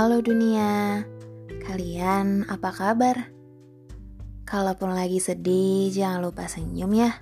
Halo dunia, kalian apa kabar? Kalaupun lagi sedih, jangan lupa senyum ya.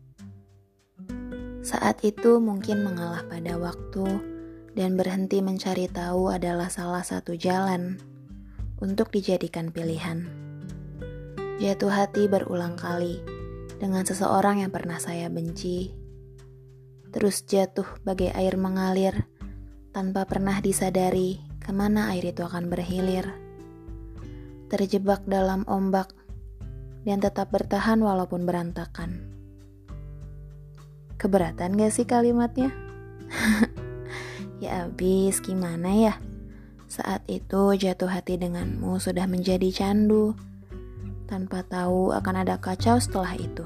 Saat itu mungkin mengalah pada waktu dan berhenti mencari tahu adalah salah satu jalan untuk dijadikan pilihan. Jatuh hati berulang kali dengan seseorang yang pernah saya benci, terus jatuh bagai air mengalir tanpa pernah disadari kemana air itu akan berhilir. Terjebak dalam ombak dan tetap bertahan walaupun berantakan. Keberatan gak sih kalimatnya? Ya abis gimana ya? Saat itu jatuh hati denganmu sudah menjadi candu, tanpa tahu akan ada kacau setelah itu.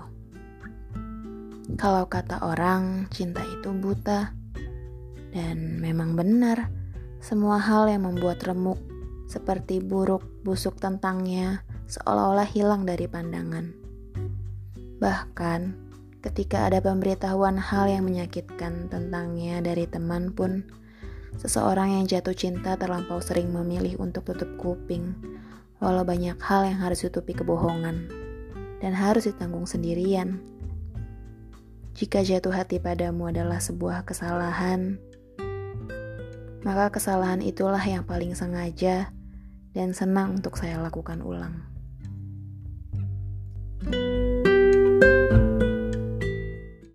Kalau kata orang, cinta itu buta. Dan memang benar, semua hal yang membuat remuk, seperti buruk, busuk tentangnya, seolah-olah hilang dari pandangan. Bahkan, ketika ada pemberitahuan hal yang menyakitkan tentangnya dari teman pun, seseorang yang jatuh cinta terlampau sering memilih untuk tutup kuping, walau banyak hal yang harus ditutupi kebohongan, dan harus ditanggung sendirian. Jika jatuh hati padamu adalah sebuah kesalahan, maka kesalahan itulah yang paling sengaja dan senang untuk saya lakukan ulang.